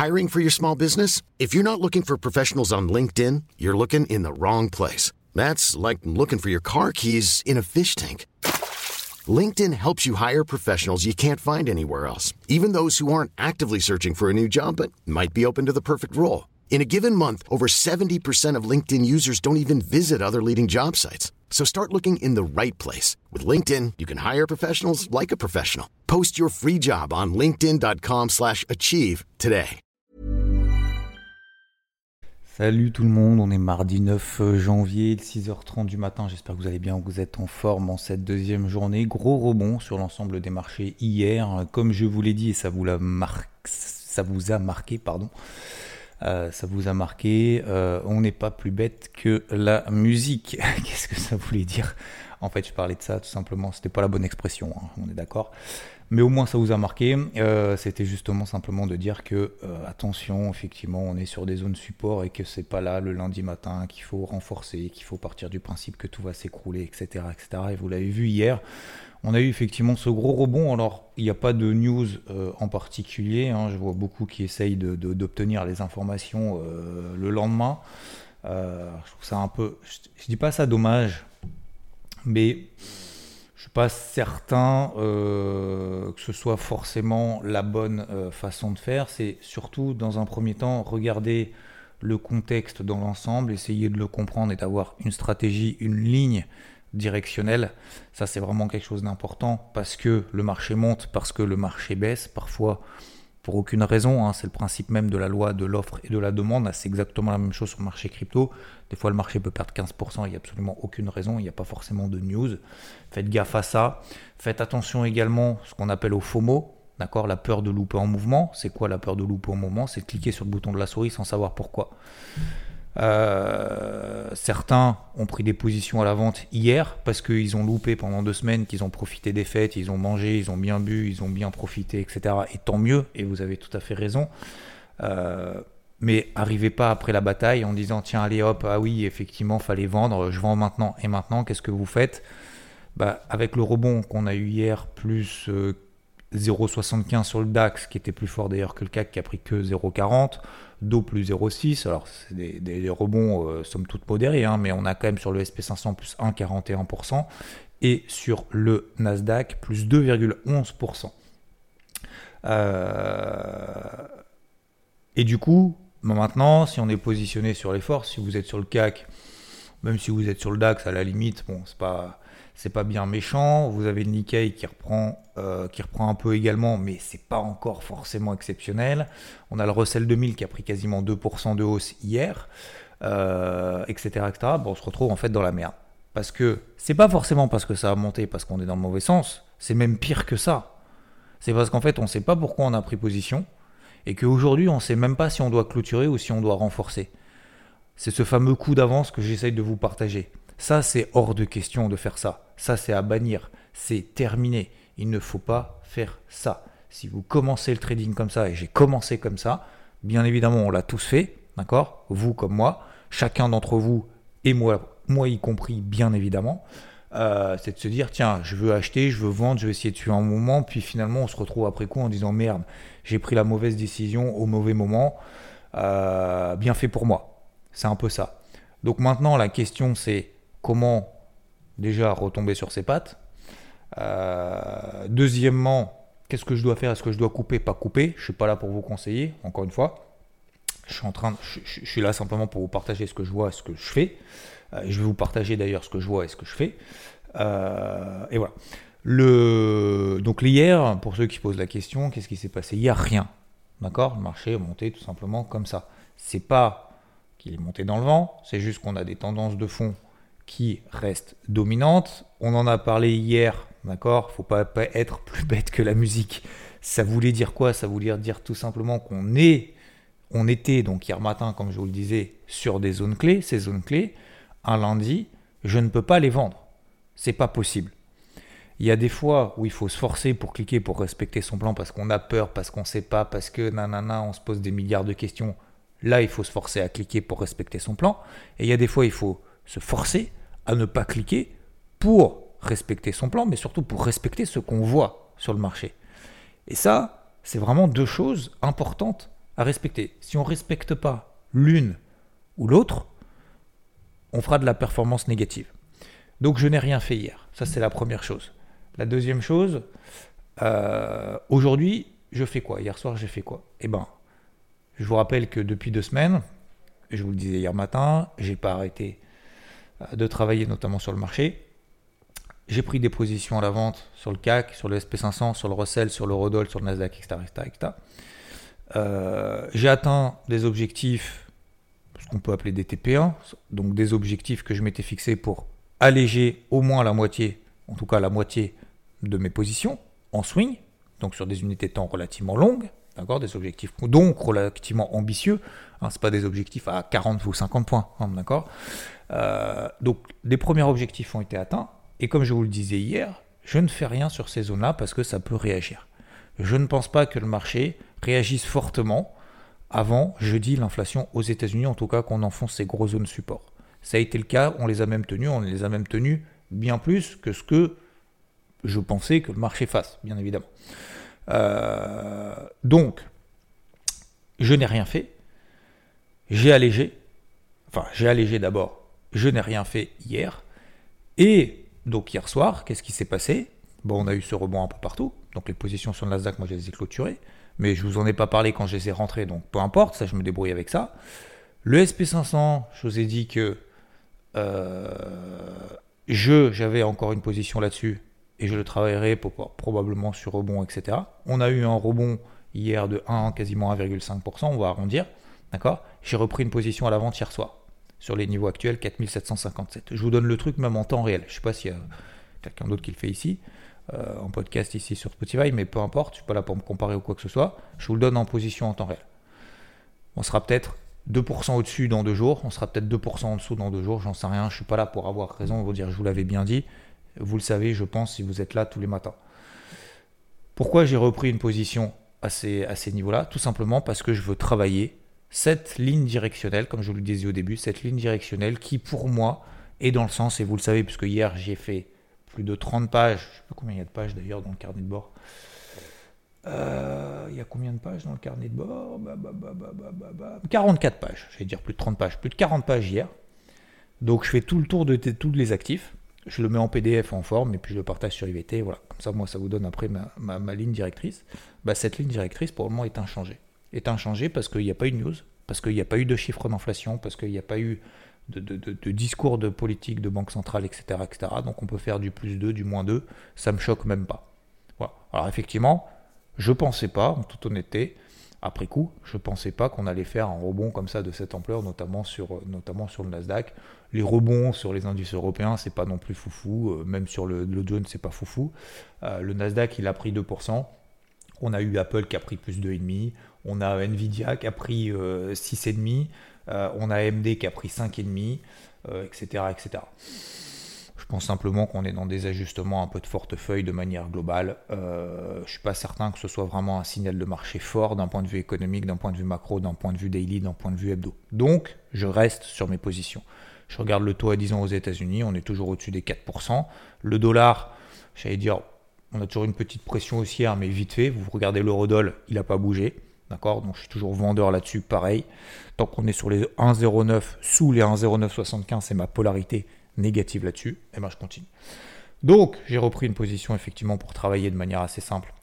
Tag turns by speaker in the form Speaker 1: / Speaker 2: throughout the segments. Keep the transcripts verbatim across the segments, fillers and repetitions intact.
Speaker 1: Hiring for your small business? If you're not looking for professionals on LinkedIn, you're looking in the wrong place. That's like looking for your car keys in a fish tank. LinkedIn helps you hire professionals you can't find anywhere else, even those who aren't actively searching for a new job but might be open to the perfect role. In a given month, over seventy percent of LinkedIn users don't even visit other leading job sites. So start looking in the right place. With LinkedIn, you can hire professionals like a professional. Post your free job on linkedin dot com slash achieve today.
Speaker 2: Salut tout le monde, on est mardi neuf janvier, six heures trente du matin. J'espère que vous allez bien, que vous êtes en forme en cette deuxième journée. Gros rebond sur l'ensemble des marchés hier. Comme je vous l'ai dit, et ça vous, l'a mar... ça vous a marqué, pardon. Euh, ça vous a marqué, euh, on n'est pas plus bête que la musique. Qu'est-ce que ça voulait dire ? En fait, je parlais de ça tout simplement, c'était pas la bonne expression, hein, on est d'accord. Mais au moins ça vous a marqué, euh, c'était justement simplement de dire que, euh, attention, effectivement, on est sur des zones support et que c'est pas là le lundi matin qu'il faut renforcer, qu'il faut partir du principe que tout va s'écrouler, et cetera, et cetera. Et vous l'avez vu hier, on a eu effectivement ce gros rebond. Alors, il n'y a pas de news euh, en particulier, hein. Je vois beaucoup qui essayent de, de, d'obtenir les informations euh, le lendemain. Euh, je trouve ça un peu, je, je dis pas ça dommage, mais je suis pas certain euh, que ce soit forcément la bonne euh, façon de faire. C'est surtout, dans un premier temps, regarder le contexte dans l'ensemble, essayer de le comprendre et d'avoir une stratégie, une ligne directionnelle. Ça, c'est vraiment quelque chose d'important parce que le marché monte, parce que le marché baisse, parfois pour aucune raison, hein. C'est le principe même de la loi de l'offre et de la demande. C'est exactement la même chose sur le marché crypto. Des fois, le marché peut perdre quinze pour cent, il n'y a absolument aucune raison, il n'y a pas forcément de news. Faites gaffe à ça. Faites attention également à ce qu'on appelle au FOMO, d'accord, la peur de louper en mouvement. C'est quoi la peur de louper en mouvement ? C'est de cliquer sur le bouton de la souris sans savoir pourquoi. Euh, certains ont pris des positions à la vente hier parce qu'ils ont loupé pendant deux semaines, qu'ils ont profité des fêtes, ils ont mangé, ils ont bien bu, ils ont bien profité, et cetera. Et tant mieux, et vous avez tout à fait raison. Euh, mais arrivez pas après la bataille en disant tiens allez hop, ah oui effectivement fallait vendre, je vends maintenant. Et maintenant qu'est-ce que vous faites ? Bah, avec le rebond qu'on a eu hier, plus euh, zéro virgule soixante-quinze sur le DAX, qui était plus fort d'ailleurs que le C A C qui a pris que zéro virgule quarante, D O plus zéro virgule six, alors c'est des, des, des rebonds euh, somme toute modérés, hein, mais on a quand même sur le S and P cinq cents plus un virgule quarante et un pour cent et sur le Nasdaq plus deux virgule onze pour cent. Euh... Et du coup, maintenant, si on est positionné sur les forces, si vous êtes sur le C A C, même si vous êtes sur le DAX, à la limite, bon, c'est pas... c'est pas bien méchant. Vous avez le Nikkei qui reprend, euh, qui reprend un peu également, mais c'est pas encore forcément exceptionnel. On a le Russell deux mille qui a pris quasiment deux pour cent de hausse hier, euh, et cetera, et cetera. Bon, on se retrouve en fait dans la merde. Parce que c'est pas forcément parce que ça a monté, parce qu'on est dans le mauvais sens. C'est même pire que ça. C'est parce qu'en fait, on sait pas pourquoi on a pris position et qu'aujourd'hui, on sait même pas si on doit clôturer ou si on doit renforcer. C'est ce fameux coup d'avance que j'essaye de vous partager. Ça, c'est hors de question de faire ça. Ça, c'est à bannir. C'est terminé. Il ne faut pas faire ça. Si vous commencez le trading comme ça, et j'ai commencé comme ça, bien évidemment, on l'a tous fait, d'accord ? Vous comme moi, chacun d'entre vous, et moi, moi y compris, bien évidemment, euh, c'est de se dire, tiens, je veux acheter, je veux vendre, je vais essayer de suivre un moment, puis finalement, on se retrouve après coup en disant, merde, j'ai pris la mauvaise décision au mauvais moment, euh, bien fait pour moi. C'est un peu ça. Donc maintenant, la question, c'est comment déjà retomber sur ses pattes. Euh, deuxièmement, qu'est-ce que je dois faire ? Est-ce que je dois couper, pas couper ? Je ne suis pas là pour vous conseiller, encore une fois. Je suis, en train de, je, je suis là simplement pour vous partager ce que je vois et ce que je fais. Euh, je vais vous partager d'ailleurs ce que je vois et ce que je fais. Euh, et voilà. Le, donc hier, pour ceux qui posent la question, qu'est-ce qui s'est passé ? Hier, rien. D'accord ? Le marché est monté tout simplement comme ça. C'est pas qu'il est monté dans le vent, c'est juste qu'on a des tendances de fond qui restent dominantes. On en a parlé hier, d'accord ? Faut pas, pas être plus bête que la musique. Ça voulait dire quoi ? Ça voulait dire tout simplement qu'on est, on était donc hier matin, comme je vous le disais, sur des zones clés. Ces zones clés, un lundi, je ne peux pas les vendre. C'est pas possible. Il y a des fois où il faut se forcer pour cliquer, pour respecter son plan parce qu'on a peur, parce qu'on ne sait pas, parce que nanana, on se pose des milliards de questions. Là, il faut se forcer à cliquer pour respecter son plan. Et il y a des fois, il faut se forcer à ne pas cliquer pour respecter son plan, mais surtout pour respecter ce qu'on voit sur le marché. Et ça, c'est vraiment deux choses importantes à respecter. Si on ne respecte pas l'une ou l'autre, on fera de la performance négative. Donc je n'ai rien fait hier. Ça, c'est la première chose. La deuxième chose, euh, aujourd'hui, je fais quoi ? Hier soir, j'ai fait quoi ? Eh bien, je vous rappelle que depuis deux semaines, je vous le disais hier matin, je n'ai pas arrêté de travailler notamment sur le marché. J'ai pris des positions à la vente sur le C A C, sur le S and P cinq cents, sur le Russell, sur l'Eurodoll, sur le Nasdaq, et cetera et cetera, et cetera. Euh, j'ai atteint des objectifs, ce qu'on peut appeler des T P un, donc des objectifs que je m'étais fixés pour alléger au moins la moitié, en tout cas la moitié de mes positions en swing, donc sur des unités de temps relativement longues, d'accord, des objectifs donc relativement ambitieux, hein, ce pas des objectifs à quarante ou cinquante points, hein, d'accord. Euh, donc les premiers objectifs ont été atteints, et comme je vous le disais hier, je ne fais rien sur ces zones-là parce que ça peut réagir. Je ne pense pas que le marché réagisse fortement avant jeudi l'inflation aux États-Unis, en tout cas qu'on enfonce ces gros zones support. Ça a été le cas, on les a même tenus, on les a même tenus bien plus que ce que je pensais que le marché fasse, bien évidemment. Euh, donc, je n'ai rien fait. J'ai allégé. Enfin, j'ai allégé d'abord. Je n'ai rien fait hier. Et donc, hier soir, qu'est-ce qui s'est passé ? Bon, on a eu ce rebond un peu partout. Donc, les positions sur le Nasdaq, moi, je les ai clôturées. Mais je ne vous en ai pas parlé quand je les ai rentrées. Donc, peu importe, ça, je me débrouille avec ça. Le S and P cinq cents, je vous ai dit que euh, je, j'avais encore une position là-dessus. Et je le travaillerai pour, pour, probablement sur rebond, et cetera. On a eu un rebond hier de un, quasiment un virgule cinq pour cent, on va arrondir. D'accord ? J'ai repris une position à la vente hier soir, sur les niveaux actuels, quatre mille sept cent cinquante-sept. Je vous donne le truc même en temps réel. Je ne sais pas s'il y a quelqu'un d'autre qui le fait ici, euh, en podcast ici sur Spotify, mais peu importe, je ne suis pas là pour me comparer ou quoi que ce soit. Je vous le donne en position en temps réel. On sera peut-être deux pour cent au-dessus dans deux jours, on sera peut-être deux pour cent en dessous dans deux jours, j'en sais rien, je ne suis pas là pour avoir raison, vous dire je vous l'avais bien dit. Vous le savez, je pense, si vous êtes là tous les matins. Pourquoi j'ai repris une position à ces, à ces niveaux-là ? Tout simplement parce que je veux travailler cette ligne directionnelle, comme je vous le disais au début, cette ligne directionnelle qui, pour moi, est dans le sens, et vous le savez, puisque hier, j'ai fait plus de trente pages, je ne sais pas combien il y a de pages d'ailleurs dans le carnet de bord. Euh, il y a combien de pages dans le carnet de bord bah, bah, bah, bah, bah, bah, bah. quarante-quatre pages, je vais dire plus de trente pages, plus de quarante pages hier. Donc, je fais tout le tour de t- tous les actifs. Je le mets en P D F en forme et puis je le partage sur I V T. Voilà. Comme ça, moi, ça vous donne après ma, ma, ma ligne directrice. Bah, cette ligne directrice, pour le moment, est inchangée. Est inchangée parce qu'il n'y a pas eu de news, parce qu'il n'y a pas eu de chiffres d'inflation, parce qu'il n'y a pas eu de, de, de, de discours de politique de banque centrale, et cetera, et cetera. Donc, on peut faire du plus deux, du moins deux. Ça ne me choque même pas. Voilà. Alors, effectivement, je ne pensais pas, en toute honnêteté, après coup, je ne pensais pas qu'on allait faire un rebond comme ça de cette ampleur, notamment sur, notamment sur le Nasdaq. Les rebonds sur les indices européens, c'est pas non plus foufou. Euh, même sur le, le Jones, c'est pas foufou. Euh, le Nasdaq, il a pris deux pour cent. On a eu Apple qui a pris plus deux virgule cinq. On a Nvidia qui a pris euh, six virgule cinq. Euh, on a A M D qui a pris cinq virgule cinq, euh, et cetera, et cetera. Je pense simplement qu'on est dans des ajustements un peu de portefeuille de manière globale. Euh, je ne suis pas certain que ce soit vraiment un signal de marché fort d'un point de vue économique, d'un point de vue macro, d'un point de vue daily, d'un point de vue hebdo. Donc, je reste sur mes positions. Je regarde le taux à dix ans aux États-Unis, on est toujours au-dessus des quatre pour cent. Le dollar, j'allais dire, on a toujours une petite pression haussière, mais vite fait. Vous regardez l'Eurodoll, il n'a pas bougé. D'accord ? Donc, je suis toujours vendeur là-dessus, pareil. Tant qu'on est sur les un virgule zéro neuf, sous les un virgule zéro neuf soixante-quinze, c'est ma polarité négative là-dessus, et ben je continue. Donc, j'ai repris une position effectivement pour travailler de manière assez simple.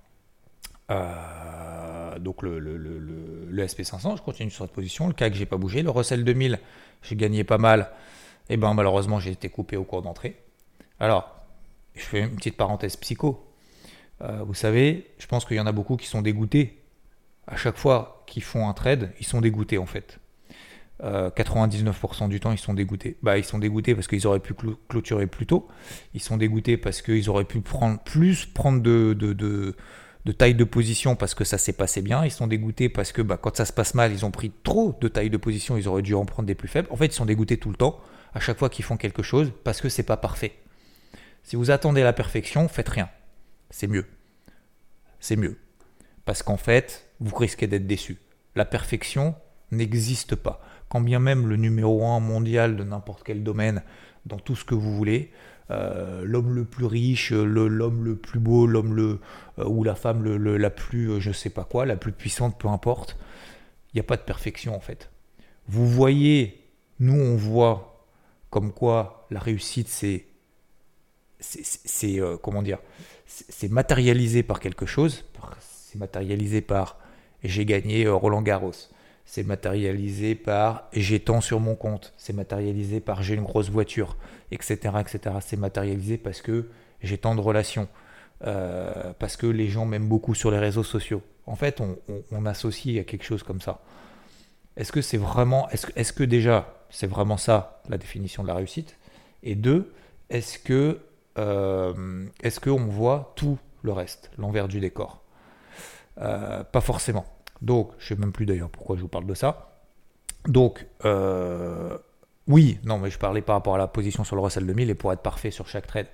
Speaker 2: Euh, donc, le, le, le, le, le S and P cinq cents, je continue sur cette position. Le C A C, j'ai pas bougé. Le Russell deux mille, j'ai gagné pas mal. Et ben malheureusement, j'ai été coupé au cours d'entrée. Alors, je fais une petite parenthèse psycho. Euh, vous savez, je pense qu'il y en a beaucoup qui sont dégoûtés. À chaque fois qu'ils font un trade, ils sont dégoûtés en fait. Euh, quatre-vingt-dix-neuf pour cent du temps, ils sont dégoûtés. Bah, ils sont dégoûtés parce qu'ils auraient pu clôturer plus tôt. Ils sont dégoûtés parce qu'ils auraient pu prendre plus, prendre de, de, de, de taille de position parce que ça s'est passé bien. Ils sont dégoûtés parce que bah, quand ça se passe mal, ils ont pris trop de taille de position. Ils auraient dû en prendre des plus faibles. En fait, ils sont dégoûtés tout le temps à chaque fois qu'ils font quelque chose parce que c'est pas parfait. Si vous attendez la perfection, faites rien. C'est mieux. C'est mieux. Parce qu'en fait, vous risquez d'être déçu. La perfection n'existe pas. Quand bien même le numéro un mondial de n'importe quel domaine, dans tout ce que vous voulez, euh, l'homme le plus riche, le, l'homme le plus beau, l'homme le, euh, ou la femme le, le, la plus, euh, je sais pas quoi, la plus puissante, peu importe, il n'y a pas de perfection en fait. Vous voyez, nous on voit comme quoi la réussite c'est, c'est, c'est, c'est euh, comment dire, c'est, c'est matérialisé par quelque chose, c'est matérialisé par j'ai gagné euh, Roland Garros, c'est matérialisé par j'ai tant sur mon compte, c'est matérialisé par j'ai une grosse voiture, et cetera, et cetera. C'est matérialisé parce que j'ai tant de relations, euh, parce que les gens m'aiment beaucoup sur les réseaux sociaux. En fait, on, on, on associe à quelque chose comme ça. Est-ce que c'est vraiment, est-ce, est-ce que déjà, c'est vraiment ça la définition de la réussite? Et deux, est-ce que, euh, est-ce qu'on voit tout le reste, l'envers du décor? euh, Pas forcément. Donc, je ne sais même plus d'ailleurs pourquoi je vous parle de ça. Donc, euh, oui, non, mais je parlais par rapport à la position sur le Russell deux mille et pour être parfait sur chaque trade.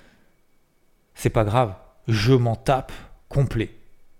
Speaker 2: C'est pas grave, je m'en tape complet.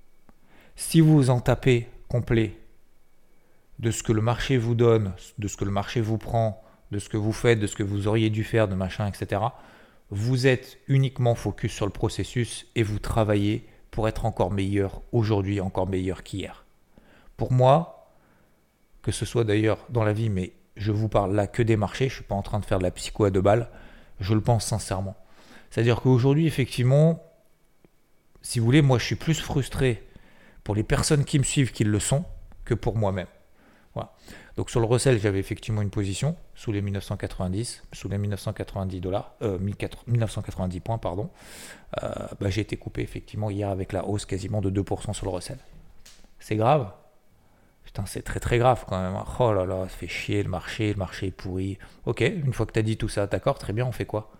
Speaker 2: Si vous vous en tapez complet de ce que le marché vous donne, de ce que le marché vous prend, de ce que vous faites, de ce que vous auriez dû faire, de machin, et cetera, vous êtes uniquement focus sur le processus et vous travaillez pour être encore meilleur aujourd'hui, encore meilleur qu'hier. Pour moi, que ce soit d'ailleurs dans la vie, mais je vous parle là que des marchés, je ne suis pas en train de faire de la psycho à deux balles, je le pense sincèrement. C'est-à-dire qu'aujourd'hui, effectivement, si vous voulez, moi je suis plus frustré pour les personnes qui me suivent, qui le sont, que pour moi-même. Voilà. Donc sur le Russell, j'avais effectivement une position sous les mille neuf cent quatre-vingt-dix, sous les mille neuf cent quatre-vingt-dix dollars, euh, mille neuf cent quatre-vingt-dix points, pardon. Euh, bah, j'ai été coupé effectivement hier avec la hausse quasiment de deux pour cent sur le Russell. C'est grave. Putain, c'est très très grave quand même. Oh là là, ça fait chier le marché, le marché est pourri. Ok, une fois que tu as dit tout ça, d'accord, très bien, on fait quoi?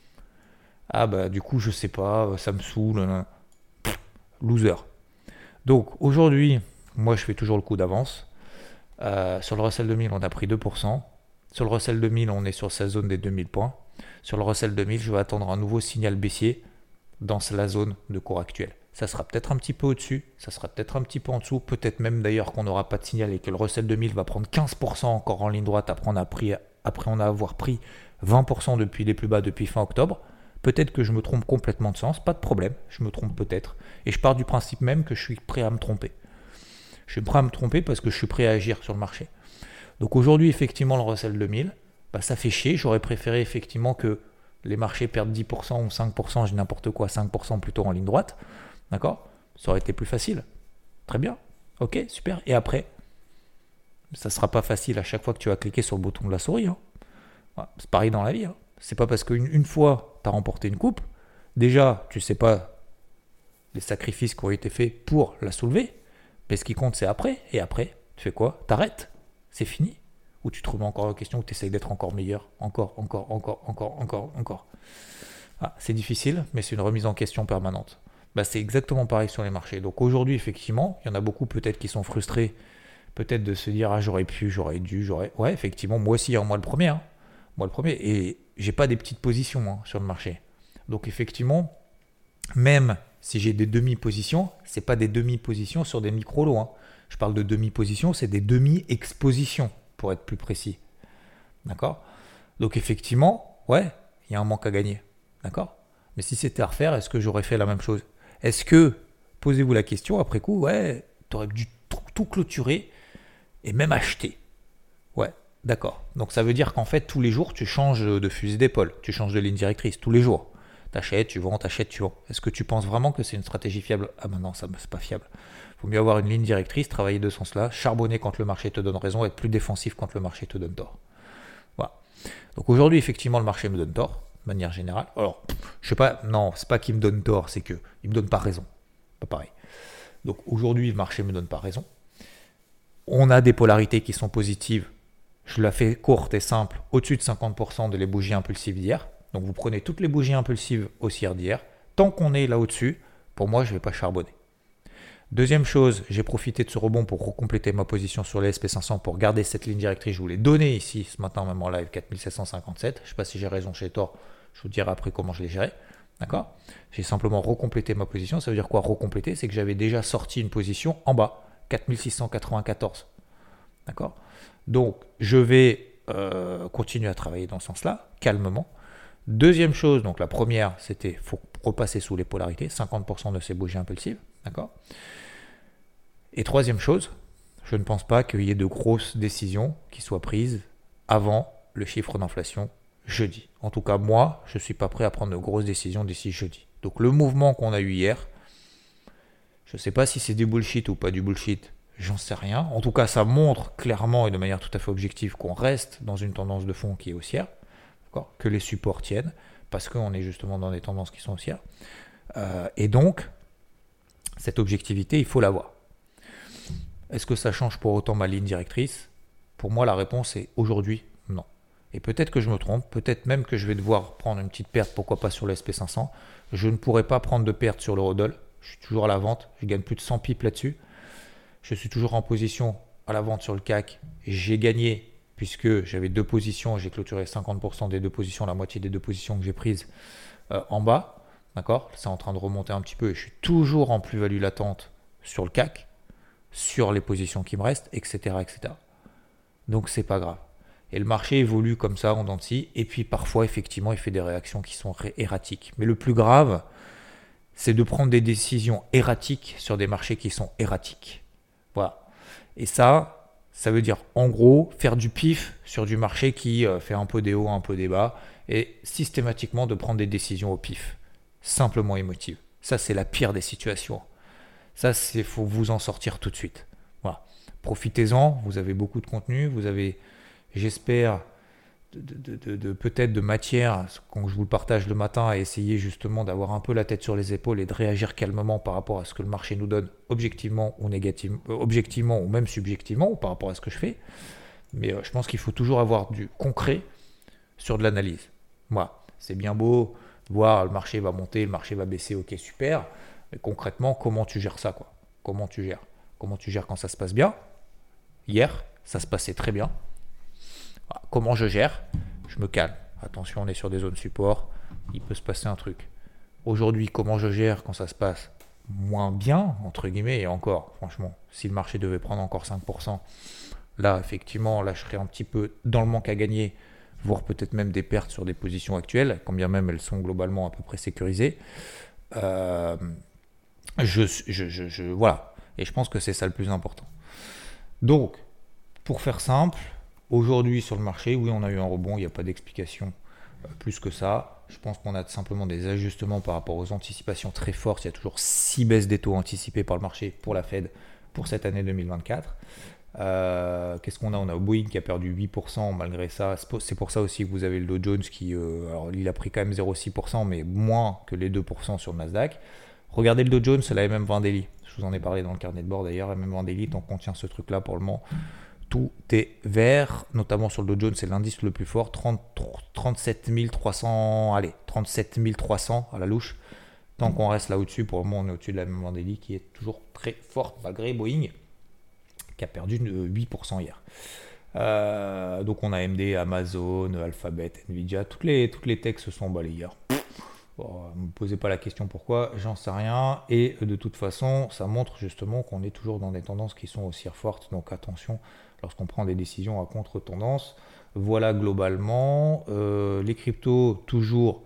Speaker 2: Ah bah du coup, je sais pas, ça me saoule. Pff, loser. Donc aujourd'hui, moi je fais toujours le coup d'avance. Euh, sur le Russell deux mille, on a pris deux pour cent. Sur le Russell deux mille, on est sur sa zone des deux mille points. Sur le Russell deux mille, je vais attendre un nouveau signal baissier dans la zone de cours actuelle. Ça sera peut-être un petit peu au-dessus, ça sera peut-être un petit peu en dessous, peut-être même d'ailleurs qu'on n'aura pas de signal et que le Russell deux mille va prendre quinze pour cent encore en ligne droite après on a pris, après on a avoir pris vingt pour cent depuis les plus bas depuis fin octobre. Peut-être que je me trompe complètement de sens, pas de problème, je me trompe peut-être. Et je pars du principe même que je suis prêt à me tromper. Je suis prêt à me tromper parce que je suis prêt à agir sur le marché. Donc aujourd'hui, effectivement, le Russell deux mille, bah, ça fait chier. J'aurais préféré effectivement que les marchés perdent dix pour cent ou cinq pour cent, j'ai n'importe quoi, cinq pour cent plutôt en ligne droite. D'accord? Ça aurait été plus facile. Très bien. Ok, super. Et après, ça ne sera pas facile à chaque fois que tu vas cliquer sur le bouton de la souris. Hein. Voilà, c'est pareil dans la vie. Hein. C'est pas parce qu'une une fois, tu as remporté une coupe, déjà, tu ne sais pas les sacrifices qui ont été faits pour la soulever. Mais ce qui compte, c'est après. Et après, tu fais quoi? T'arrêtes? C'est fini? Ou tu te remets encore en question, ou tu essayes d'être encore meilleur? Encore, encore, encore, encore, encore, encore. Ah, c'est difficile, mais c'est une remise en question permanente. Bah, c'est exactement pareil sur les marchés. Donc aujourd'hui, effectivement, il y en a beaucoup peut-être qui sont frustrés, peut-être de se dire « Ah, j'aurais pu, j'aurais dû, j'aurais... » Ouais, effectivement, moi aussi, hein, moi le premier. Hein. Moi le premier. Et j'ai pas des petites positions hein, sur le marché. Donc effectivement, même... si j'ai des demi-positions, ce n'est pas des demi-positions sur des micro-lots. Hein. Je parle de demi-positions, c'est des demi-expositions, pour être plus précis. D'accord? Donc effectivement, ouais, il y a un manque à gagner. D'accord? Mais si c'était à refaire, est-ce que j'aurais fait la même chose? Est-ce que, posez-vous la question, après coup, ouais, tu aurais dû tout clôturer et même acheter. Ouais, d'accord. Donc ça veut dire qu'en fait, tous les jours, tu changes de fusil d'épaule, tu changes de ligne directrice, tous les jours. T'achètes, tu vends, t'achètes, tu vends. Est-ce que tu penses vraiment que c'est une stratégie fiable? Ah ben non, ça c'est pas fiable. Il faut mieux avoir une ligne directrice, travailler de ce sens-là, charbonner quand le marché te donne raison, être plus défensif quand le marché te donne tort. Voilà. Donc aujourd'hui, effectivement, le marché me donne tort, de manière générale. Alors, je sais pas, non, c'est pas qu'il me donne tort, c'est qu'il me donne pas raison. Pas pareil. Donc aujourd'hui, le marché me donne pas raison. On a des polarités qui sont positives. Je la fais courte et simple, au-dessus de cinquante pour cent de les bougies impulsives d'hier. Donc vous prenez toutes les bougies impulsives haussières d'hier. Tant qu'on est là au-dessus, pour moi, je ne vais pas charbonner. Deuxième chose, j'ai profité de ce rebond pour recompléter ma position sur les S P cinq cents pour garder cette ligne directrice. Je vous l'ai donnée ici ce matin même en live, quatre mille sept cent cinquante-sept. Je ne sais pas si j'ai raison chez tort, je vous dirai après comment je l'ai géré. D'accord? J'ai simplement recomplété ma position. Ça veut dire quoi recompléter? C'est que j'avais déjà sorti une position en bas, quatre mille six cent quatre-vingt-quatorze. D'accord? Donc je vais euh, continuer à travailler dans ce sens-là, calmement. Deuxième chose, donc la première, c'était qu'il faut repasser sous les polarités, cinquante pour cent de ces bougies impulsives, d'accord? Et troisième chose, je ne pense pas qu'il y ait de grosses décisions qui soient prises avant le chiffre d'inflation jeudi. En tout cas, moi, je ne suis pas prêt à prendre de grosses décisions d'ici jeudi. Donc le mouvement qu'on a eu hier, je ne sais pas si c'est du bullshit ou pas du bullshit, j'en sais rien. En tout cas, ça montre clairement et de manière tout à fait objective qu'on reste dans une tendance de fond qui est haussière, d'accord, que les supports tiennent, parce qu'on est justement dans des tendances qui sont haussières. Euh, et donc, cette objectivité, il faut l'avoir. Est-ce que ça change pour autant ma ligne directrice ? Pour moi, la réponse est aujourd'hui, non. Et peut-être que je me trompe, peut-être même que je vais devoir prendre une petite perte, pourquoi pas sur le S P cinq cents. Je ne pourrai pas prendre de perte sur l'eurodoll. Je suis toujours à la vente, je gagne plus de cent pips là-dessus. Je suis toujours en position à la vente sur le C A C. J'ai gagné puisque j'avais deux positions, j'ai clôturé cinquante pour cent des deux positions, la moitié des deux positions que j'ai prises euh, en bas. D'accord ? C'est en train de remonter un petit peu et je suis toujours en plus-value latente sur le C A C, sur les positions qui me restent, et cetera et cetera. Donc c'est pas grave. Et le marché évolue comme ça en dents de scie, et puis parfois effectivement il fait des réactions qui sont erratiques. Mais le plus grave, c'est de prendre des décisions erratiques sur des marchés qui sont erratiques. Voilà. Et ça, ça veut dire en gros faire du pif sur du marché qui fait un peu des hauts, un peu des bas, et systématiquement de prendre des décisions au pif, simplement émotives. Ça, c'est la pire des situations. Ça, il faut vous en sortir tout de suite. Voilà. Profitez-en, vous avez beaucoup de contenu, vous avez, j'espère, de, de, de, de, peut-être de matière, quand je vous le partage le matin, à essayer justement d'avoir un peu la tête sur les épaules et de réagir calmement par rapport à ce que le marché nous donne, objectivement ou négativement, euh, objectivement ou même subjectivement, ou par rapport à ce que je fais. Mais euh, je pense qu'il faut toujours avoir du concret sur de l'analyse. Voilà. C'est bien beau de voir le marché va monter, le marché va baisser, ok, super. Mais concrètement, comment tu gères ça, quoi ? Comment tu gères ? Comment tu gères quand ça se passe bien ? Hier, ça se passait très bien. Comment je gère ? Je me calme. Attention, on est sur des zones support. Il peut se passer un truc. Aujourd'hui, comment je gère quand ça se passe moins bien, entre guillemets, et encore, franchement, si le marché devait prendre encore cinq pour cent, là, effectivement, là, je serais un petit peu dans le manque à gagner, voire peut-être même des pertes sur des positions actuelles, quand bien même elles sont globalement à peu près sécurisées. Euh, je, je, je, je, voilà. Et je pense que c'est ça le plus important. Donc, pour faire simple, aujourd'hui sur le marché, oui, on a eu un rebond, il n'y a pas d'explication euh, plus que ça. Je pense qu'on a simplement des ajustements par rapport aux anticipations très fortes. Il y a toujours six baisses des taux anticipées par le marché pour la Fed pour cette année deux mille vingt-quatre. Euh, qu'est-ce qu'on a ? On a Boeing qui a perdu huit pour cent malgré ça. C'est pour ça aussi que vous avez le Dow Jones qui, euh, alors il a pris quand même zéro virgule six pour cent, mais moins que les deux pour cent sur le Nasdaq. Regardez le Dow Jones, c'est la M M vingt Daily. Je vous en ai parlé dans le carnet de bord d'ailleurs. M M vingt Daily, tant qu'on tient ce truc-là pour le moment, tout est vert, notamment sur le Dow Jones, c'est l'indice le plus fort, trente-sept mille trois cents, allez, trente-sept mille trois cents à la louche. Tant qu'on reste là au-dessus, pour le moment on est au-dessus de la M M vingt Daily qui est toujours très forte malgré Boeing qui a perdu huit pour cent hier. Euh, donc on a A M D, Amazon, Alphabet, Nvidia, toutes les, toutes les techs se sont emballées hier. Bon, ne me posez pas la question pourquoi, j'en sais rien. Et de toute façon, ça montre justement qu'on est toujours dans des tendances qui sont haussières fortes. Donc attention lorsqu'on prend des décisions à contre-tendance. Voilà globalement. Euh, les cryptos, toujours,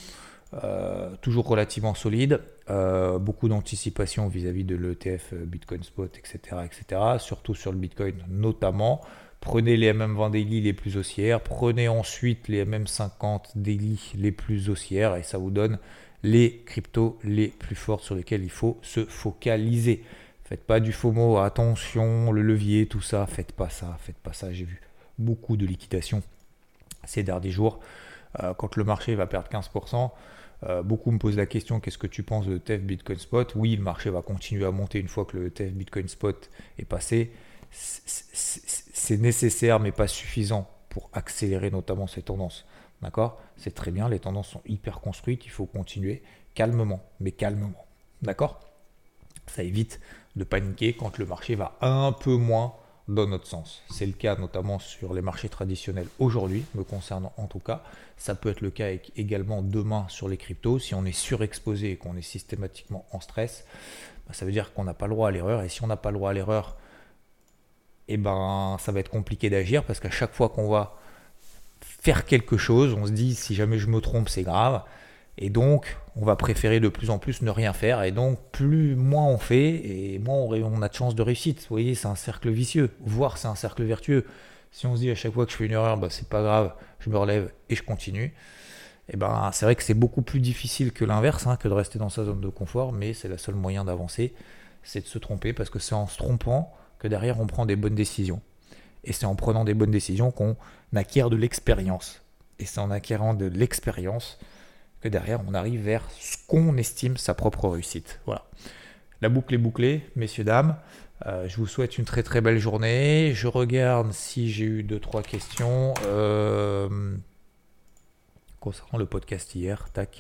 Speaker 2: euh, toujours relativement solides. Euh, beaucoup d'anticipation vis-à-vis de l'E T F Bitcoin Spot, et cetera, et cetera. Surtout sur le Bitcoin notamment. Prenez les M M vingt Daily les plus haussières, prenez ensuite les M M cinquante Daily les plus haussières et ça vous donne les cryptos les plus fortes sur lesquelles il faut se focaliser. Faites pas du FOMO, attention, le levier, tout ça, faites pas ça, faites pas ça. J'ai vu beaucoup de liquidations ces derniers jours. Euh, quand le marché va perdre quinze pour cent, euh, beaucoup me posent la question, qu'est-ce que tu penses de l'E T F Bitcoin Spot ? Oui, le marché va continuer à monter une fois que le E T F Bitcoin Spot est passé. C'est nécessaire mais pas suffisant pour accélérer notamment ces tendances. D'accord ? C'est très bien, les tendances sont hyper construites, il faut continuer calmement, mais calmement. D'accord ? Ça évite de paniquer quand le marché va un peu moins dans notre sens. C'est le cas notamment sur les marchés traditionnels aujourd'hui, me concernant en tout cas. Ça peut être le cas également demain sur les cryptos. Si on est surexposé et qu'on est systématiquement en stress, bah ça veut dire qu'on n'a pas le droit à l'erreur. Et si on n'a pas le droit à l'erreur, eh ben, ça va être compliqué d'agir parce qu'à chaque fois qu'on va faire quelque chose, on se dit si jamais je me trompe, c'est grave. Et donc, on va préférer de plus en plus ne rien faire. Et donc, plus moins on fait, et moins on, on a de chances de réussite. Vous voyez, c'est un cercle vicieux, voire c'est un cercle vertueux. Si on se dit à chaque fois que je fais une erreur, bah, c'est pas grave, je me relève et je continue. Et ben, c'est vrai que c'est beaucoup plus difficile que l'inverse, hein, que de rester dans sa zone de confort, mais c'est le seul moyen d'avancer, c'est de se tromper, parce que c'est en se trompant que derrière on prend des bonnes décisions. Et c'est en prenant des bonnes décisions qu'on acquiert de l'expérience. Et c'est en acquérant de l'expérience que derrière on arrive vers ce qu'on estime sa propre réussite. Voilà. La boucle est bouclée, messieurs, dames. Euh, je vous souhaite une très très belle journée. Je regarde si j'ai eu deux trois questions euh, concernant le podcast hier. Tac.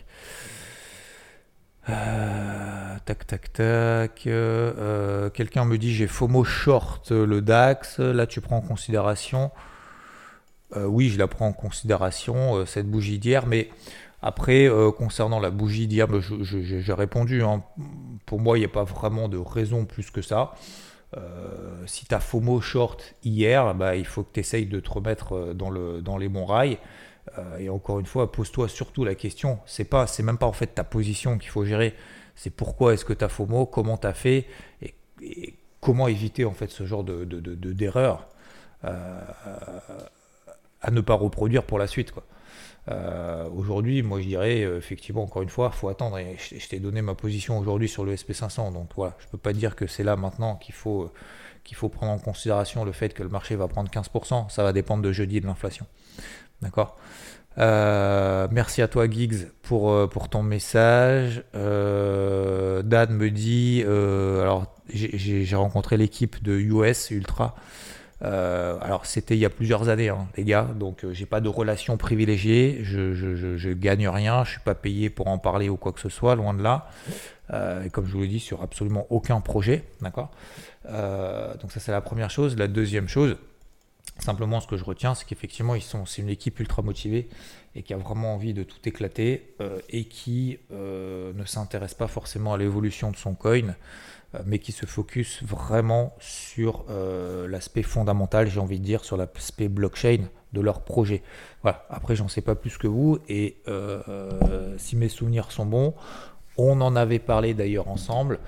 Speaker 2: Euh, tac tac tac. Euh, quelqu'un me dit j'ai FOMO short le DAX. Là tu prends en considération. Euh, oui, je la prends en considération, euh, cette bougie d'hier, mais après, euh, concernant la bougie d'hier, bah, je, je, j'ai répondu, hein. Pour moi, il n'y a pas vraiment de raison plus que ça. Euh, si tu as FOMO short hier, bah, il faut que tu essayes de te remettre dans, le, dans les bons rails. Euh, et encore une fois, pose-toi surtout la question, c'est pas, c'est même pas en fait ta position qu'il faut gérer, c'est pourquoi est-ce que tu as FOMO, comment tu as fait, et, et comment éviter en fait ce genre de, de, de, de, d'erreur. Euh, à ne pas reproduire pour la suite, quoi. Euh, aujourd'hui, moi je dirais, euh, effectivement, encore une fois, il faut attendre, et je, je t'ai donné ma position aujourd'hui sur le S P cinq cents, donc voilà, je ne peux pas dire que c'est là maintenant qu'il faut, euh, qu'il faut prendre en considération le fait que le marché va prendre quinze pour cent, ça va dépendre de jeudi et de l'inflation. D'accord. Euh, merci à toi Giggs pour, euh, pour ton message. euh, Dan me dit, euh, alors j'ai, j'ai, j'ai rencontré l'équipe de U S Ultra. Euh, alors c'était il y a plusieurs années, hein, les gars, donc euh, j'ai pas de relation privilégiée, je, je, je, je gagne rien, je suis pas payé pour en parler ou quoi que ce soit, loin de là. Euh, et comme je vous l'ai dit, sur absolument aucun projet, d'accord. Euh, donc ça c'est la première chose. La deuxième chose, simplement ce que je retiens, c'est qu'effectivement ils sont, c'est une équipe ultra motivée et qui a vraiment envie de tout éclater euh, et qui euh, ne s'intéresse pas forcément à l'évolution de son coin, mais qui se focus vraiment sur euh, l'aspect fondamental, j'ai envie de dire, sur l'aspect blockchain de leur projet. Voilà. Après, j'en sais pas plus que vous, et euh, euh, si mes souvenirs sont bons, on en avait parlé d'ailleurs ensemble.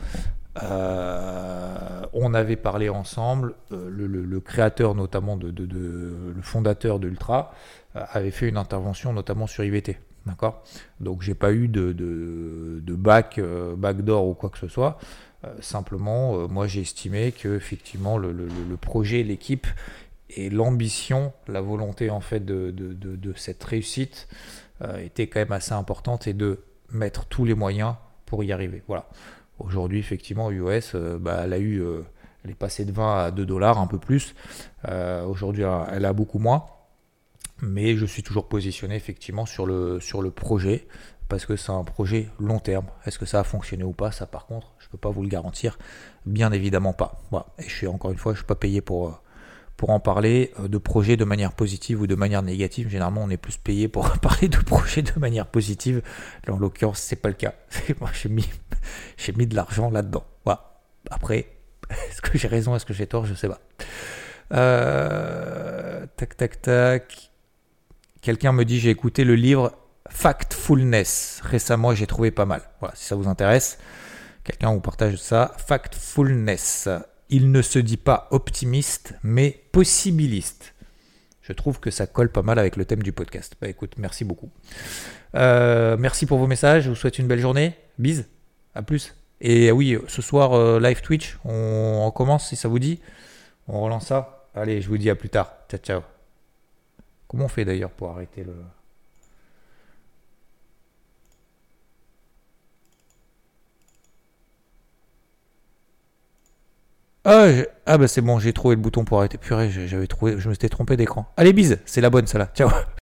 Speaker 2: Euh, on avait parlé ensemble, euh, le, le, le créateur notamment, de, de, de, le fondateur de Ultra, euh, avait fait une intervention notamment sur I V T. D'accord. Donc, j'ai pas eu de, de, de back, euh, backdoor ou quoi que ce soit. Euh, simplement, euh, moi j'ai estimé que effectivement le, le, le projet, l'équipe et l'ambition, la volonté en fait de, de, de, de cette réussite euh, était quand même assez importante et de mettre tous les moyens pour y arriver. Voilà. Aujourd'hui, effectivement, U S, euh, bah, elle a eu, euh, elle est passée de vingt à deux dollars, un peu plus. Euh, aujourd'hui, elle a beaucoup moins, mais je suis toujours positionné effectivement sur le sur le projet, parce que c'est un projet long terme. Est-ce que ça a fonctionné ou pas? Ça, par contre, je ne peux pas vous le garantir. Bien évidemment pas. Voilà. Et je suis, encore une fois, je ne suis pas payé pour, pour en parler de projets de manière positive ou de manière négative. Généralement, on est plus payé pour parler de projets de manière positive. Là, en l'occurrence, ce n'est pas le cas. Moi, j'ai mis, j'ai mis de l'argent là-dedans. Voilà. Après, est-ce que j'ai raison? Est-ce que j'ai tort? Je ne sais pas. Euh, tac, tac, tac. Quelqu'un me dit, j'ai écouté le livre Factfulness récemment, j'ai trouvé pas mal. Voilà, si ça vous intéresse, quelqu'un vous partage ça. Factfulness. Il ne se dit pas optimiste, mais possibiliste. Je trouve que ça colle pas mal avec le thème du podcast. Bah écoute, merci beaucoup. Euh, merci pour vos messages. Je vous souhaite une belle journée. Bise. À plus. Et oui, ce soir, euh, live Twitch, on recommence si ça vous dit. On relance ça. Allez, je vous dis à plus tard. Ciao, ciao. Comment on fait d'ailleurs pour arrêter le... Ah, je... ah bah c'est bon, j'ai trouvé le bouton pour arrêter. Purée, j'avais trouvé, je me suis trompé d'écran. Allez, bise, c'est la bonne celle-là. Ciao.